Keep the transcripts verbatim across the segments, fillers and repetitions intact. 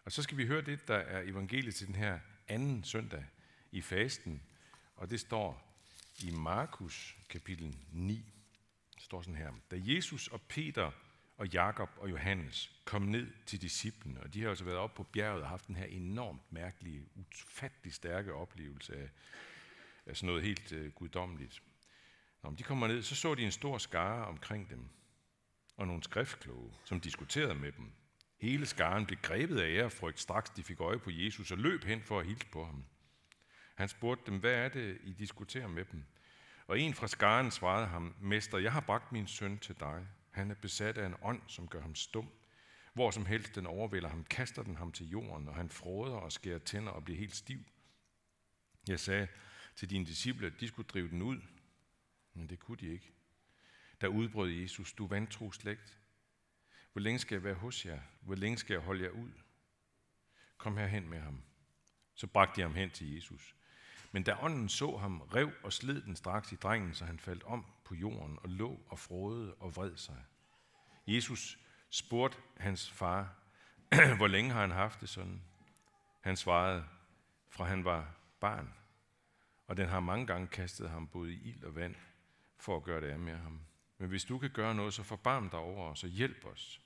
Og så skal vi høre det, der er evangeliet til den her anden søndag i fasten. Og det står i Markus kapitel ni. Det står sådan her. Da Jesus og Peter og Jakob og Johannes kom ned til disciplene, og de har altså været oppe på bjerget og haft den her enormt mærkelige, ufattelig stærke oplevelse af, af sådan noget helt uh, guddommeligt. Når de kommer ned, så så de en stor skare omkring dem, og nogle skriftkloge, som diskuterede med dem. Hele skaren blev grebet af ærefrygt, straks de fik øje på Jesus og løb hen for at hilse på ham. Han spurgte dem, hvad er det, I diskuterer med dem? Og en fra skaren svarede ham, Mester, jeg har bragt min søn til dig. Han er besat af en ånd, som gør ham stum. Hvor som helst den overvælder ham, kaster den ham til jorden, og han fråder og skærer tænder og bliver helt stiv. Jeg sagde til dine disciple, at de skulle drive den ud, men det kunne de ikke. Der udbrød Jesus, du vantro slægt. Hvor længe skal jeg være hos jer? Hvor længe skal jeg holde jer ud? Kom herhen med ham. Så bragte de ham hen til Jesus. Men da ånden så ham, rev og sled den straks i drengen, så han faldt om på jorden og lå og frådede og vred sig. Jesus spurgte hans far, hvor længe har han haft det sådan? Han svarede, fra han var barn, og den har mange gange kastet ham både i ild og vand, for at gøre det af med ham. Men hvis du kan gøre noget, så forbarm dig over os og hjælp os.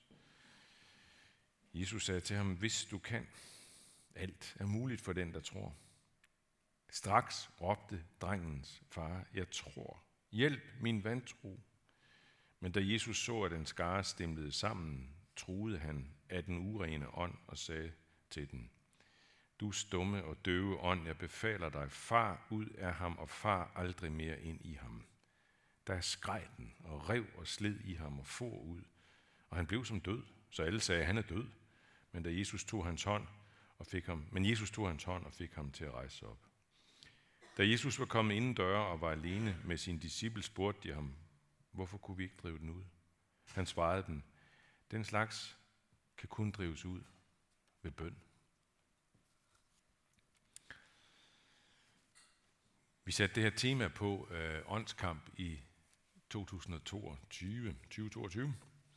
Jesus sagde til ham, hvis du kan, alt er muligt for den, der tror. Straks råbte drengens far, jeg tror, hjælp min vantro. Men da Jesus så, at den skare stemlede sammen, truede han af den urene ånd og sagde til den, du stumme og døve ånd, jeg befaler dig, far ud af ham og far aldrig mere ind i ham. Der skreg den og rev og sled i ham og for ud, og han blev som død, så alle sagde, han er død. Men da Jesus tog hans hånd og fik ham, men Jesus tog hans hånd og fik ham til at rejse sig op. Da Jesus var kommet inden døre og var alene med sin disciple, spurgte de ham, hvorfor kunne vi ikke drive den ud? Han svarede dem, den slags kan kun drives ud ved bøn. Vi satte det her tema på øh, åndskamp i to tusind toogtyve, tyve toogtyve.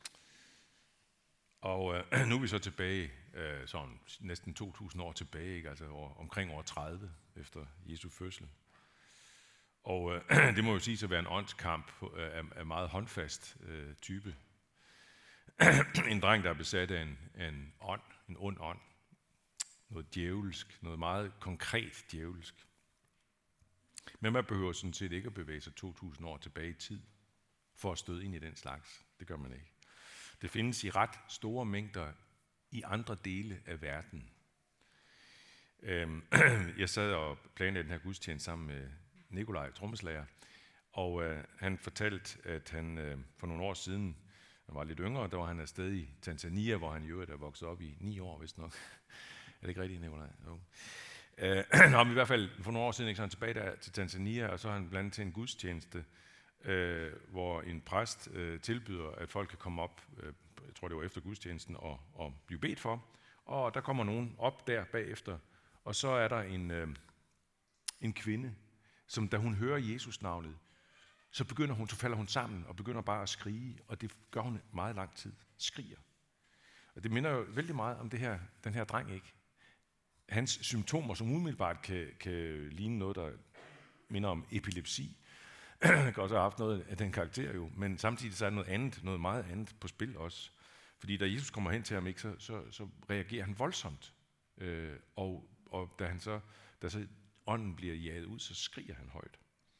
Og øh, nu er vi så tilbage, øh, sådan næsten to tusind år tilbage, ikke? Altså år, omkring år tredive efter Jesu fødsel. Og øh, det må jo sige at være en åndskamp øh, af, af meget håndfast øh, type. En dreng, der er besat af en, en ånd, en ond ånd. Noget djævelsk, noget meget konkret djævelsk. Men man behøver sådan set ikke at bevæge sig to tusind år tilbage i tid, for at støde ind i den slags. Det gør man ikke. Det findes i ret store mængder i andre dele af verden. Jeg sad og planlagde den her gudstjeneste sammen med Nikolaj, trommeslager, og øh, han fortalte, at han øh, for nogle år siden, han var lidt yngre, der var han afsted i Tanzania, hvor han i øvrigt er vokset op i ni år, vist nok. Er det ikke rigtigt, Nikolaj? Jo. Øh, Nå, men i hvert fald for nogle år siden, ikke, så han tilbage der til Tanzania, og så har han blandt til en gudstjeneste, øh, hvor en præst øh, tilbyder, at folk kan komme op, øh, jeg tror det var efter gudstjenesten, og, og blive bedt for. Og der kommer nogen op der bagefter, og så er der en, øh, en kvinde, som da hun hører Jesus navnet, så begynder hun, så falder hun sammen og begynder bare at skrige, og det gør hun meget lang tid. Skriger. Og det minder jo vældig meget om det her, den her dreng, ikke? Hans symptomer, som umiddelbart kan, kan ligne noget, der minder om epilepsi, kan også have haft noget af den karakter jo, men samtidig så er der noget andet, noget meget andet på spil også. Fordi da Jesus kommer hen til ham, ikke, så, så, så reagerer han voldsomt. Øh, og, og da han så, da så ånden bliver jaget ud, så skriger han højt.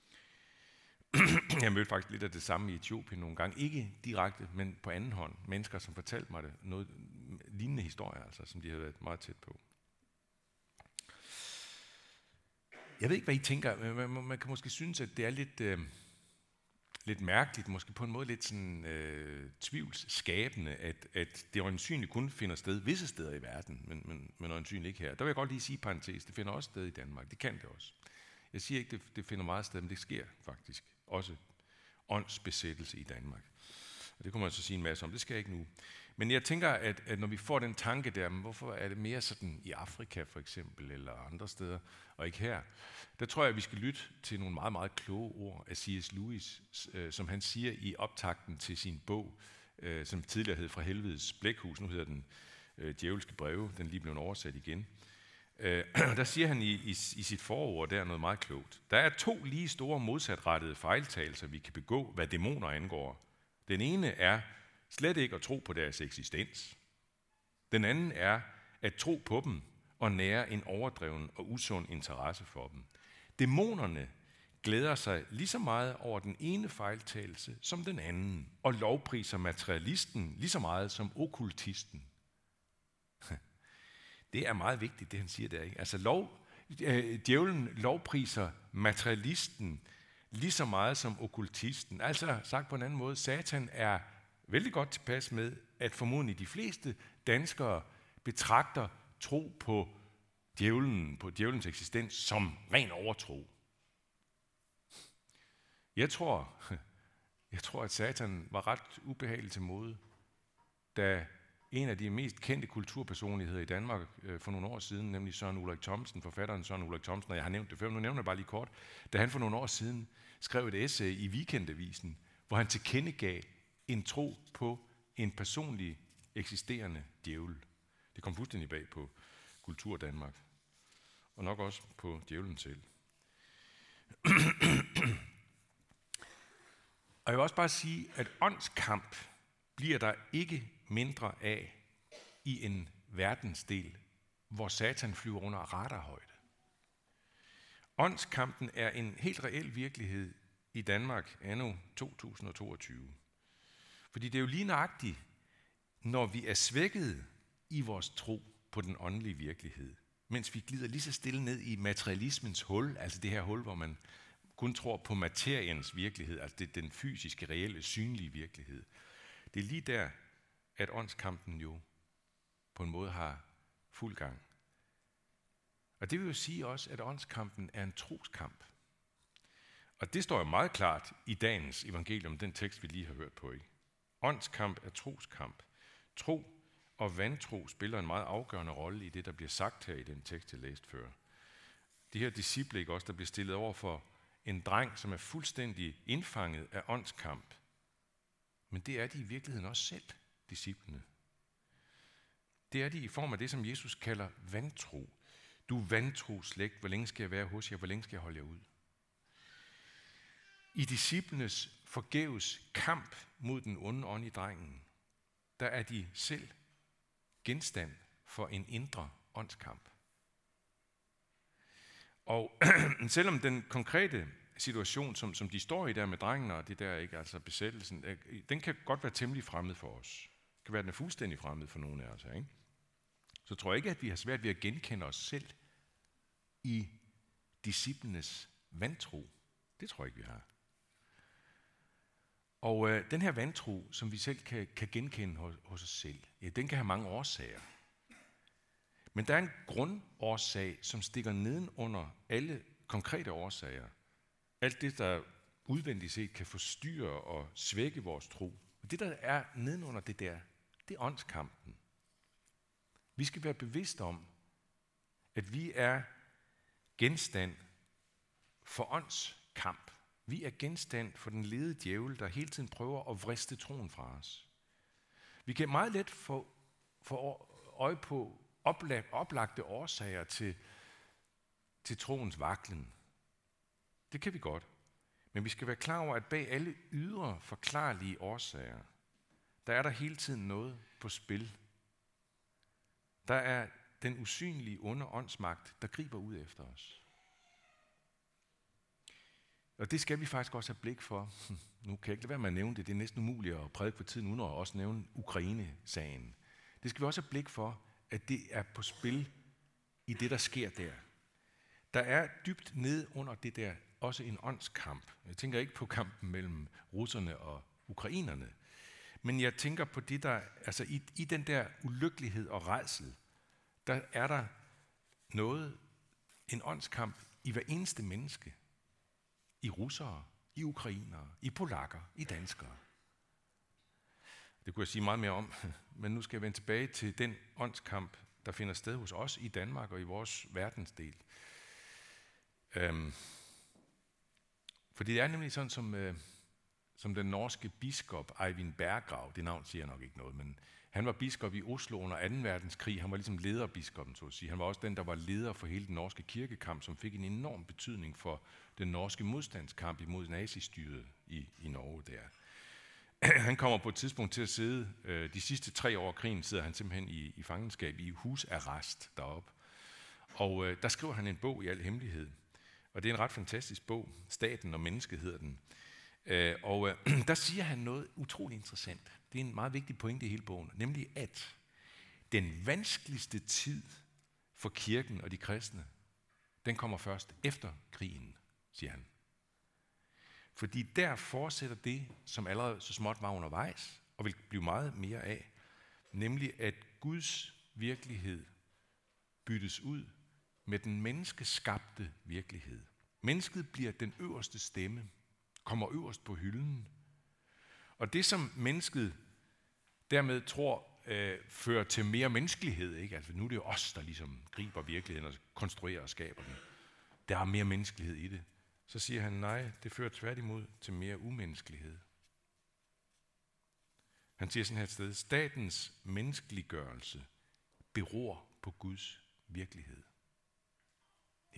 Jeg mødte faktisk lidt af det samme i Etiopien nogle gange. Ikke direkte, men på anden hånd. Mennesker, som fortalte mig det. Noget lignende historier, altså, som de havde været meget tæt på. Jeg ved ikke, hvad I tænker. Man, man kan måske synes, at det er lidt, øh, lidt mærkeligt, måske på en måde lidt sådan, øh, tvivlsskabende, at, at det øjensynligt kun finder sted visse steder i verden, men, men, men øjensynligt ikke her. Der vil jeg godt lige sige parentes, det finder også sted i Danmark. Det kan det også. Jeg siger ikke, det, det finder meget sted, men det sker faktisk også åndsbesættelse i Danmark. Og det kunne man så sige en masse om, det skal jeg ikke nu. Men jeg tænker, at, at når vi får den tanke der, men hvorfor er det mere sådan i Afrika for eksempel, eller andre steder, og ikke her, der tror jeg, at vi skal lytte til nogle meget, meget kloge ord af C S Lewis, øh, som han siger i optakten til sin bog, øh, som tidligere hed Fra helvedes blækhus, nu hedder den øh, djævelske breve, den lige blev oversat igen. Øh, der siger han i, i, i sit forord der noget meget klogt. Der er to lige store modsatrettede fejltagelser, vi kan begå, hvad dæmoner angår. Den ene er slet ikke at tro på deres eksistens. Den anden er at tro på dem og nære en overdreven og usund interesse for dem. Dæmonerne glæder sig lige så meget over den ene fejltagelse som den anden, og lovpriser materialisten lige så meget som okkultisten. Det er meget vigtigt, det han siger der, ikke? Altså lov, øh, djævlen lovpriser materialisten lige så meget som okkultisten. Altså sagt på en anden måde, Satan er vældig godt tilpas med, at formodentlig de fleste danskere betragter tro på djævlen, på djævlens eksistens, som ren overtro. Jeg tror, jeg tror, at Satan var ret ubehagelig til mode, da en af de mest kendte kulturpersonligheder i Danmark øh, for nogle år siden, nemlig Søren Ulrik Thomsen, forfatteren Søren Ulrik Thomsen, og jeg har nævnt det før, nu nævner jeg bare lige kort, da han for nogle år siden skrev et essay i Weekendavisen, hvor han tilkendegav en tro på en personlig eksisterende djævel. Det kom fuldstændig bag på Kultur Danmark, og nok også på djævlen selv. Og jeg vil også bare sige, at åndskamp bliver der ikke mindre af i en verdensdel, hvor Satan flyver under radarhøjde. Åndskampen er en helt reel virkelighed i Danmark anno to tusind og toogtyve. Fordi det er jo lige nøjagtigt, når vi er svækket i vores tro på den åndelige virkelighed, mens vi glider lige så stille ned i materialismens hul, altså det her hul, hvor man kun tror på materiens virkelighed, altså det den fysiske, reelle, synlige virkelighed. Det er lige der, at åndskampen jo på en måde har fuld gang. Og det vil jo sige også, at åndskampen er en troskamp. Og det står jo meget klart i dagens evangelium, den tekst, vi lige har hørt på. Ikke? Åndskamp er troskamp. Tro og vantro spiller en meget afgørende rolle i det, der bliver sagt her i den tekst, jeg læste før. De her disciple, ikke også, der bliver stillet over for en dreng, som er fuldstændig indfanget af åndskamp. Men det er de i virkeligheden også selv, disciplene. Det er de i form af det, som Jesus kalder vantro. Du vantro slægt, hvor længe skal jeg være hos jer, hvor længe skal jeg holde jer ud? I disciplenes forgæves kamp mod den onde ånd i drengen, der er de selv genstand for en indre åndskamp. Og selvom den konkrete situation, som, som de står i der med drengen og det der, ikke, altså besættelsen, den kan godt være temmelig fremmed for os. Det kan være, den er fuldstændig fremmed for nogle af os her, ikke? Så tror jeg ikke, at vi har svært ved at genkende os selv i disciplenes vantro. Det tror jeg ikke, vi har. Og øh, den her vantro, som vi selv kan, kan genkende hos, hos os selv, ja, den kan have mange årsager. Men der er en grundårsag, som stikker nedenunder alle konkrete årsager. Alt det, der udvendigt set kan forstyrre og svække vores tro. Og det, der er nedenunder det der, det er åndskampen. Vi skal være bevidste om, at vi er genstand for åndskamp. Vi er genstand for den lede djævel, der hele tiden prøver at vriste troen fra os. Vi kan meget let få, få øje på oplagte årsager til, til troens vaklen. Det kan vi godt. Men vi skal være klar over, at bag alle ydre forklarlige årsager, der er der hele tiden noget på spil. Der er den usynlige onde åndsmagt, der griber ud efter os. Og det skal vi faktisk også have blik for. Nu kan jeg ikke lade være med at nævne det. Det er næsten umuligt at prædike for tiden, uden at også nævne Ukraine-sagen. Det skal vi også have blik for, at det er på spil i det, der sker der. Der er dybt ned under det der også en åndskamp. Jeg tænker ikke på kampen mellem russerne og ukrainerne, men jeg tænker på det, der, altså i, i den der ulykkelighed og rædsel, der er der noget, en åndskamp i hver eneste menneske. I russere, i ukrainere, i polakker, i danskere. Det kunne jeg sige meget mere om, men nu skal jeg vende tilbage til den åndskamp, der finder sted hos os i Danmark og i vores verdensdel. Øhm, for det er nemlig sådan, som, øh, som den norske biskop Eivind Berggrav, det navn siger nok ikke noget, men Han var biskop i Oslo under anden verdenskrig. Han var ligesom lederbiskoppen, så at sige. Han var også den, der var leder for hele den norske kirkekamp, som fik en enorm betydning for den norske modstandskamp imod nazistyret i, i Norge der. Han kommer på et tidspunkt til at sidde, øh, de sidste tre år af krigen sidder han simpelthen i, i fangenskab, i husarrest deroppe. Og øh, der skriver han en bog i al hemmelighed. Og det er en ret fantastisk bog, Staten og mennesket hedder den. Øh, og øh, der siger han noget utroligt interessant. Det er en meget vigtig pointe i hele bogen, nemlig at den vanskeligste tid for kirken og de kristne, den kommer først efter krigen, siger han. Fordi der fortsætter det, som allerede så småt var undervejs, og vil blive meget mere af, nemlig at Guds virkelighed byttes ud med den menneskeskabte virkelighed. Mennesket bliver den øverste stemme, kommer øverst på hylden. Og det, som mennesket dermed tror, øh, fører til mere menneskelighed, ikke? Altså, nu er det jo os, der ligesom griber virkeligheden og konstruerer og skaber den. Der er mere menneskelighed i det. Så siger han, nej, det fører tværtimod til mere umenneskelighed. Han siger sådan her et sted, statens menneskeliggørelse beror på Guds virkelighed. Ja.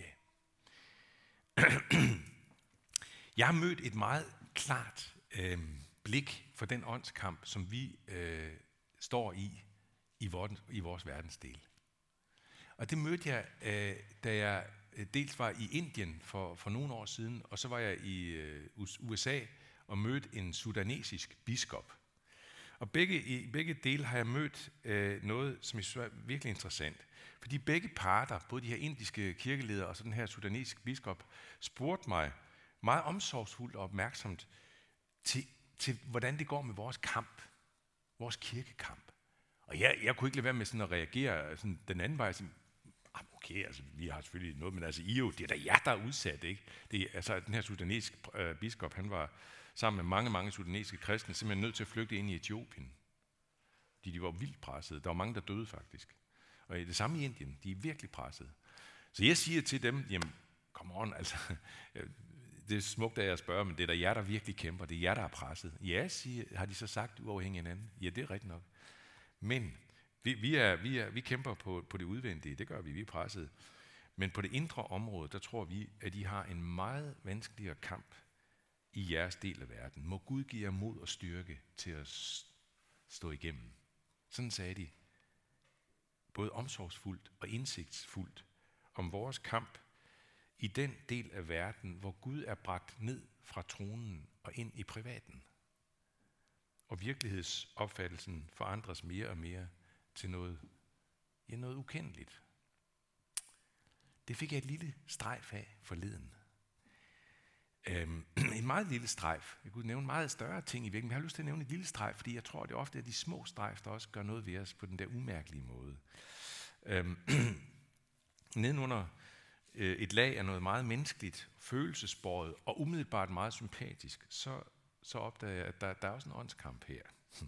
Jeg har mødt et meget klart øh, blik for den åndskamp, som vi øh, står i i vores, i vores verdensdel. Og det mødte jeg, øh, da jeg dels var i Indien for, for nogle år siden, og så var jeg i øh, U S A og mødte en sudanesisk biskop. Og begge, i begge dele har jeg mødt øh, noget, som jeg synes er virkelig interessant. Fordi begge parter, både de her indiske kirkeledere og så den her sudanesiske biskop, spurgte mig meget omsorgsfuldt og opmærksomt til, til, hvordan det går med vores kamp, vores kirkekamp. Og jeg, jeg kunne ikke lade være med sådan at reagere sådan den anden vej, sådan, okay, altså vi har selvfølgelig noget, men altså I jo, det er da jer, der er udsat, ikke? Det er, altså den her sudanesiske øh, biskop, han var sammen med mange, mange sudanesiske kristne, simpelthen nødt til at flygte ind i Etiopien. De, de var vildt pressede. Der var mange, der døde faktisk. Og det samme i Indien, de er virkelig pressede. Så jeg siger til dem, jamen, come on, altså, det er smukt af at spørge, men det er da jer, der virkelig kæmper, det er jer, der er presset. Ja, siger, har de så sagt uafhængig af hinanden? Ja, det er rigtigt nok. Men vi, vi, er, vi, er, vi kæmper på, på det udvendige, det gør vi, vi er presset. Men på det indre område, der tror vi, at I har en meget vanskeligere kamp i jeres del af verden. Må Gud give jer mod og styrke til at stå igennem. Sådan sagde de, både omsorgsfuldt og indsigtsfuldt, om vores kamp i den del af verden, hvor Gud er bragt ned fra tronen og ind i privaten. Og virkelighedsopfattelsen forandres mere og mere til noget, ja, noget ukendeligt. Det fik jeg et lille strejf af forleden. Øhm, en meget lille strejf. Jeg kunne nævne meget større ting i virkeligheden, men jeg har lyst til at nævne et lille strejf, fordi jeg tror, det er ofte er de små strejf, der også gør noget ved os på den der umærkelige måde. Øhm, nedenunder øh, et lag af noget meget menneskeligt, følelsesbåret og umiddelbart meget sympatisk, så, så opdager jeg, at der, der er også en åndskamp her.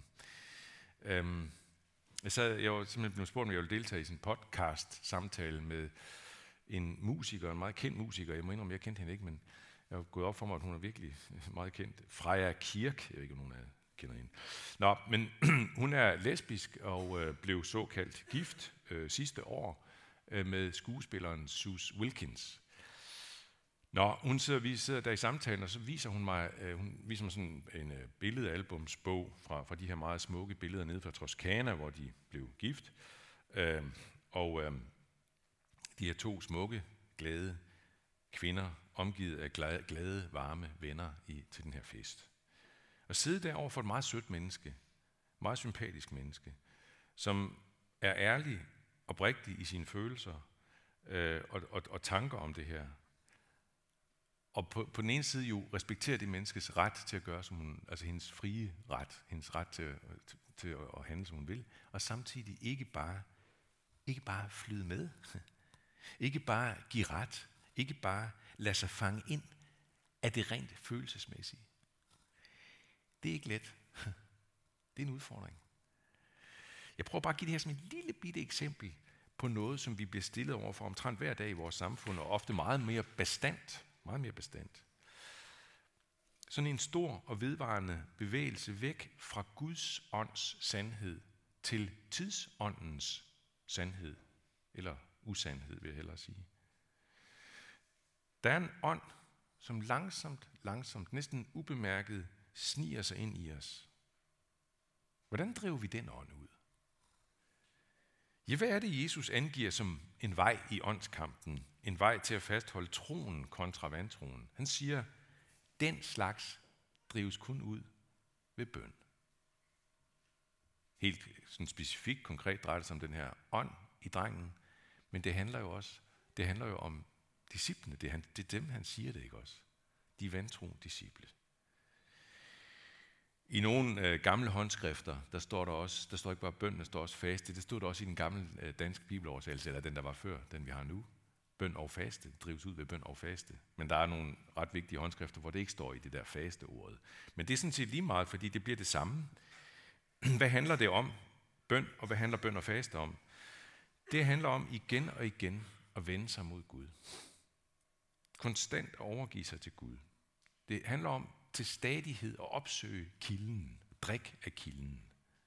øhm, jeg, sad, jeg var simpelthen blevet spurgt, om jeg ville deltage i sådan en podcast-samtale med en musiker, en meget kendt musiker. Jeg må indrømme, jeg kendte hende ikke, men jeg har gået op for mig, at hun er virkelig meget kendt. Freja Kirk, jeg ved ikke, om nogen af jer kender hende. Nå, men hun er lesbisk og øh, blev såkaldt gift øh, sidste år øh, med skuespilleren Sus Wilkins. Nå, hun sidder, vi sidder der i samtalen, og så viser hun mig, øh, hun viser mig sådan en øh, billedalbumsbog fra, fra de her meget smukke billeder nede fra Toskana, hvor de blev gift. Øh, og øh, de her to smukke, glade kvinder, omgivet af glade, glade varme venner i, til den her fest. Og sidde der over for et meget sødt menneske, meget sympatisk menneske, som er ærlig og oprigtig i sine følelser øh, og, og, og tanker om det her. Og på, på den ene side jo respekterer det menneskes ret til at gøre, som hun, altså hendes frie ret, hendes ret til, til, til at, at handle, som hun vil, og samtidig ikke bare, ikke bare flyde med, ikke bare give ret, ikke bare lade sig fange ind af det rent følelsesmæssige. Det er ikke let. Det er en udfordring. Jeg prøver bare at give det her som et lille bitte eksempel på noget, som vi bliver stillet over for omtrent hver dag i vores samfund, og ofte meget mere bastant. Meget mere bastant. Sådan en stor og vedvarende bevægelse væk fra Guds ånds sandhed til tidsåndens sandhed, eller usandhed, vil jeg hellere sige. Der er en ånd, som langsomt, langsomt, næsten ubemærket, sniger sig ind i os. Hvordan driver vi den ånd ud? Ja, hvad er det, Jesus angiver som en vej i åndskampen? En vej til at fastholde troen kontra vantroen. Han siger, den slags drives kun ud ved bøn. Helt sådan specifikt, konkret drejer det sig om den her ånd i drengen, men det handler jo også, det handler jo om disciplene. Det er, han, det er dem, han siger det, ikke også? De vantro disciple. I nogle øh, gamle håndskrifter, der står der også, der står ikke bare bøn, der står også faste. Det stod der også i den gamle øh, danske bibeloversættelse, eller den, der var før, den vi har nu. Bøn og faste, drives ud ved bøn og faste. Men der er nogle ret vigtige håndskrifter, hvor det ikke står i det der faste ordet. Men det er sådan set lige meget, fordi det bliver det samme. Hvad handler det om? Bøn, og hvad handler bøn og faste om? Det handler om igen og igen at vende sig mod Gud. Konstant at overgive sig til Gud. Det handler om til stadighed at opsøge kilden, drik af kilden.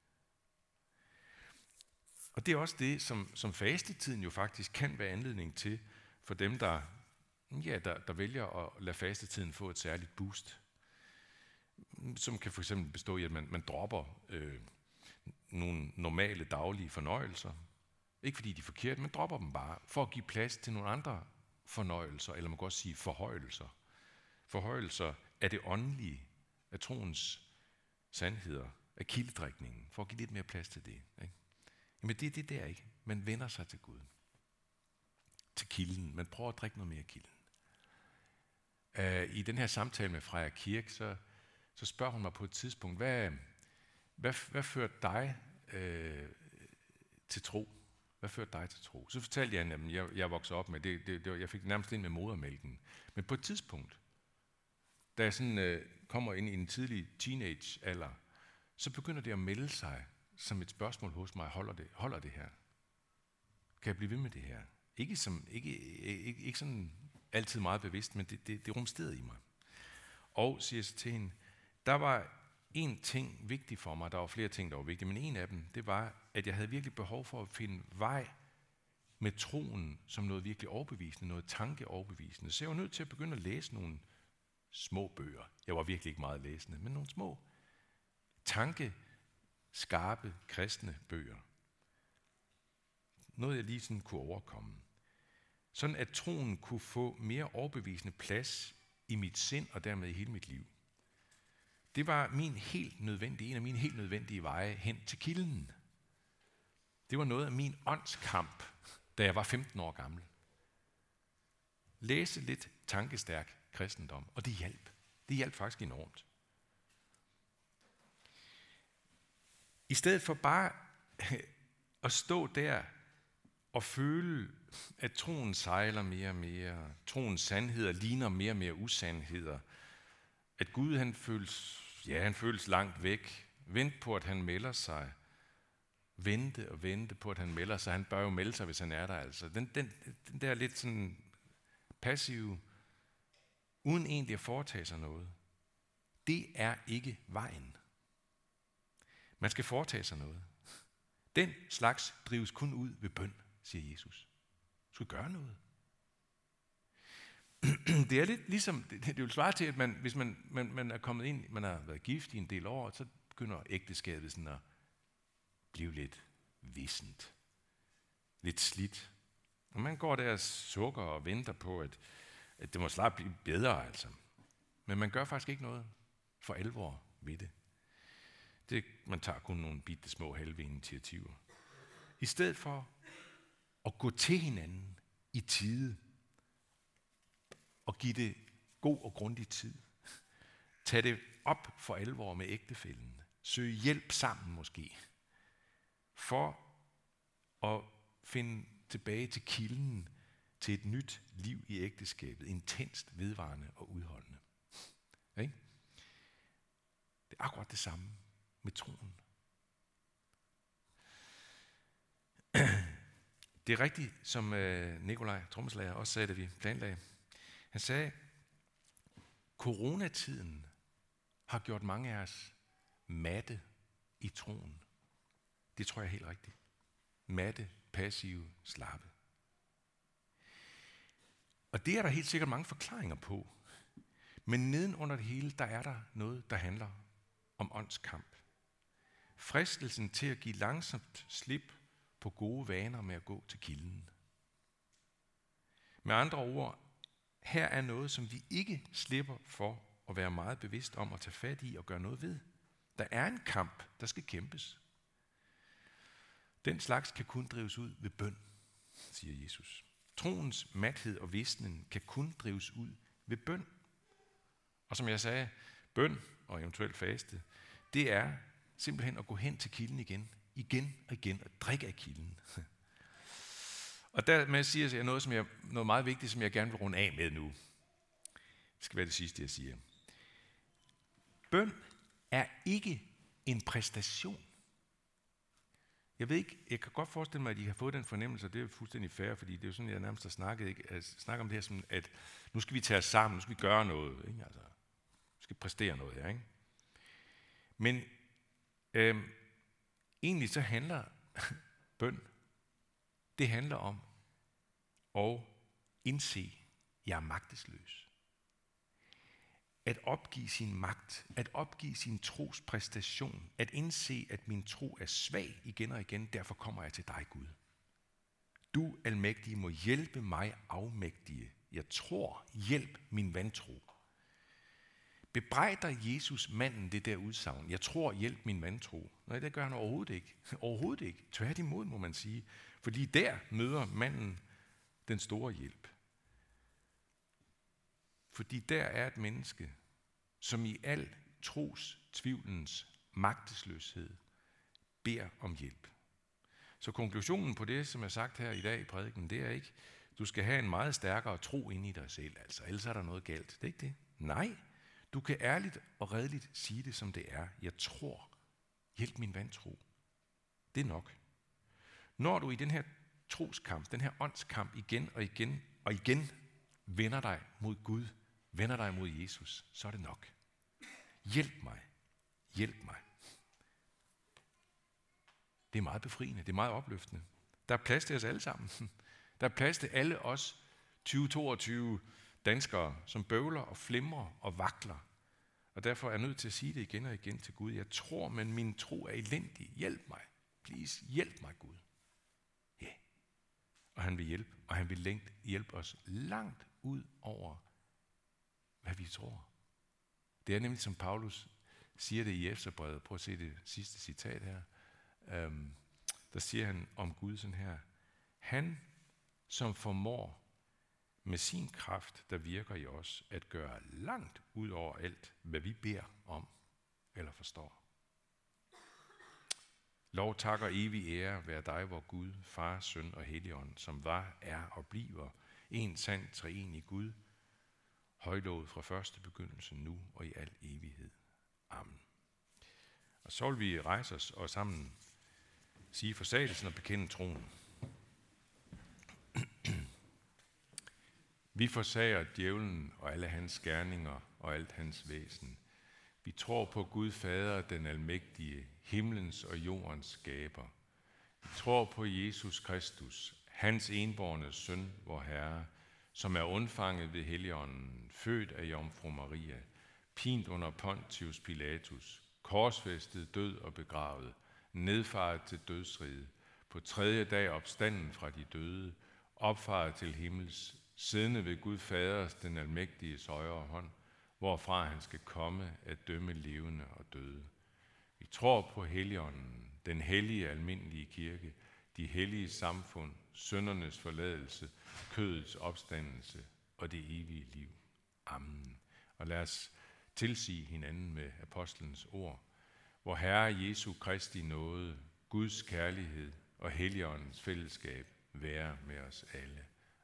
Og det er også det, som, som fastetiden jo faktisk kan være anledning til for dem, der, ja, der, der vælger at lade fastetiden få et særligt boost. Som kan for eksempel bestå i, at man, man dropper øh, nogle normale daglige fornøjelser. Ikke fordi de er forkerte, men dropper dem bare, for at give plads til nogle andre fornøjelser, eller man kan også sige forhøjelser. Forhøjelser af det åndelige, af troens sandheder, af kildedrikningen, for at give lidt mere plads til det. Ikke? Jamen det er det der ikke. Man vender sig til Gud. Til kilden. Man prøver at drikke noget mere af kilden. Uh, I den her samtale med Freja Kirk, så, så spørger hun mig på et tidspunkt, hvad, hvad, hvad førte dig uh, til tro? Hvad førte dig til tro? Så fortalte jeg hende, at jeg, jeg voksede op med det, det, det. Jeg fik nærmest ind med modermælken. Men på et tidspunkt, da jeg sådan, øh, kommer ind i en tidlig teenage-alder, så begynder det at melde sig som et spørgsmål hos mig. Holder det, holder det her? Kan jeg blive ved med det her? Ikke, som, ikke, ikke, ikke sådan altid meget bevidst, men det, det, det rumsterede i mig. Og siger så til hende, der var en ting vigtig for mig. Der var flere ting, der var vigtige, men en af dem, det var, at jeg havde virkelig behov for at finde vej med troen som noget virkelig overbevisende, noget tankeoverbevisende. Så jeg var nødt til at begynde at læse nogle små bøger. Jeg var virkelig ikke meget læsende, men nogle små, tankeskarpe, kristne bøger. Noget, jeg lige sådan kunne overkomme. Sådan at troen kunne få mere overbevisende plads i mit sind og dermed i hele mit liv. Det var min helt nødvendige, en af mine helt nødvendige veje hen til kilden. Det var noget af min åndskamp, da jeg var femten år gammel. Læse lidt tankestærk kristendom, og det hjalp. Det hjalp faktisk enormt. I stedet for bare at stå der og føle, at troen sejler mere og mere, troens sandheder ligner mere og mere usandheder, at Gud han føles, ja, han føles langt væk, vent på, at han melder sig, vente og vente på, at han melder sig, han bør jo melde sig, hvis han er der altså. Den, den, den der lidt sådan passive, uden egentlig at foretage sig noget, det er ikke vejen. Man skal foretage sig noget. Den slags drives kun ud ved bøn, siger Jesus. Du skal gøre noget. Det er lidt ligesom, det, det vil svare til, at man, hvis man, man, man er kommet ind, man har været gift i en del år, så begynder ægteskabet sådan at blive lidt vissent. Lidt slidt. Og man går der og sukker og venter på, at, at det må snart blive bedre altså. Men man gør faktisk ikke noget for alvor ved det. det man tager kun nogle bitte små halve initiativer. I stedet for at gå til hinanden i tide, og give det god og grundig tid. Tag det op for alvor med ægtefællen. Søg hjælp sammen måske. For at finde tilbage til kilden til et nyt liv i ægteskabet. Intenst, vedvarende og udholdende. Ikke? Det er akkurat det samme med troen. Det er rigtigt, som Nikolaj, trommeslager, også sagde, da vi planlagde. Han sagde, coronatiden har gjort mange af os matte i troen. Det tror jeg er helt rigtigt. Matte, passive, slappe. Og det er der helt sikkert mange forklaringer på. Men neden under det hele, der er der noget, der handler om åndskamp. Fristelsen til at give langsomt slip på gode vaner med at gå til kilden. Med andre ord, her er noget, som vi ikke slipper for at være meget bevidst om at tage fat i og gøre noget ved. Der er en kamp, der skal kæmpes. Den slags kan kun drives ud ved bøn, siger Jesus. Troens mathed og visnen kan kun drives ud ved bøn. Og som jeg sagde, bøn og eventuelt faste, det er simpelthen at gå hen til kilden igen, igen og igen, og drikke af kilden. Og dermed siger jeg noget, som jeg, noget meget vigtigt, som jeg gerne vil runde af med nu. Det skal være det sidste, jeg siger. Bøn er ikke en præstation. Jeg ved ikke, jeg kan godt forestille mig, at I har fået den fornemmelse, og det er fuldstændig fair, fordi det er jo sådan, jeg nærmest har snakket, ikke? Jeg snakker om det her som, at nu skal vi tage os sammen, nu skal vi gøre noget, ikke? Altså, vi skal præstere noget her, ikke? Men øhm, egentlig så handler bøn, det handler om at indse, at jeg er magtesløs. At opgive sin magt, at opgive sin trospræstation, at indse, at min tro er svag igen og igen, derfor kommer jeg til dig, Gud. Du, almægtige, må hjælpe mig afmægtige. Jeg tror, hjælp min vantro. Bebrejder Jesus manden det der udsagn? Jeg tror, hjælp min vantro. Nej, det gør han overhovedet ikke. Overhovedet ikke. Tværtimod, må man sige. Fordi der møder manden den store hjælp. Fordi der er et menneske, som i al tros tvivlens magtesløshed beder om hjælp. Så konklusionen på det, som jeg har sagt her i dag i prædiken, det er ikke, du skal have en meget stærkere tro inde i dig selv, altså, ellers er der noget galt. Det er ikke det. Nej, du kan ærligt og redeligt sige det, som det er. Jeg tror, hjælp min vantro. Det er nok. Når du i den her troskamp, den her åndskamp igen og igen og igen vender dig mod Gud, vender dig mod Jesus, så er det nok. Hjælp mig. Hjælp mig. Det er meget befriende, det er meget opløftende. Der er plads til os alle sammen. Der er plads til alle os tyve toogtyve danskere, som bøvler og flimrer og vakler. Og derfor er jeg nødt til at sige det igen og igen til Gud. Jeg tror, men min tro er elendig. Hjælp mig. Please, hjælp mig, Gud. Ja. Yeah. Og han vil hjælpe, og han vil hjælpe os langt ud over, hvad vi tror. Det er nemlig, som Paulus siger det i Efeserbrevet. Prøv at se det sidste citat her. Um, der siger han om Gud sådan her. Han, som formår med sin kraft, der virker i os, at gøre langt ud over alt, hvad vi beder om eller forstår. Lov, tak og evig ære være dig, vor Gud, Far, Søn og Helligånd, som var, er og bliver en sand treenig Gud, højlovet fra første begyndelse, nu og i al evighed. Amen. Og så vil vi rejse os og sammen sige forsagelsen og bekende troen. Vi forsager djævlen og alle hans gerninger og alt hans væsen. Vi tror på Gud Fader, den almægtige, himlens og jordens skaber. Vi tror på Jesus Kristus, hans enbårne søn, vor Herre, som er undfanget ved Helligånden, født af Jomfru Maria, pint under Pontius Pilatus, korsfæstet, død og begravet, nedfaret til dødsriget, på tredje dag opstanden fra de døde, opfaret til himmels, siddende ved Gud Faders, den almægtige højre hånd, hvorfra han skal komme at dømme levende og døde. Vi tror på Helligånden, den hellige almindelige kirke, de hellige samfund, syndernes forladelse, kødets opstandelse og det evige liv. Amen. Og lad os tilsige hinanden med apostlens ord. Vor Herre Jesu Kristi nåde, Guds kærlighed og Helligåndens fællesskab være med os alle.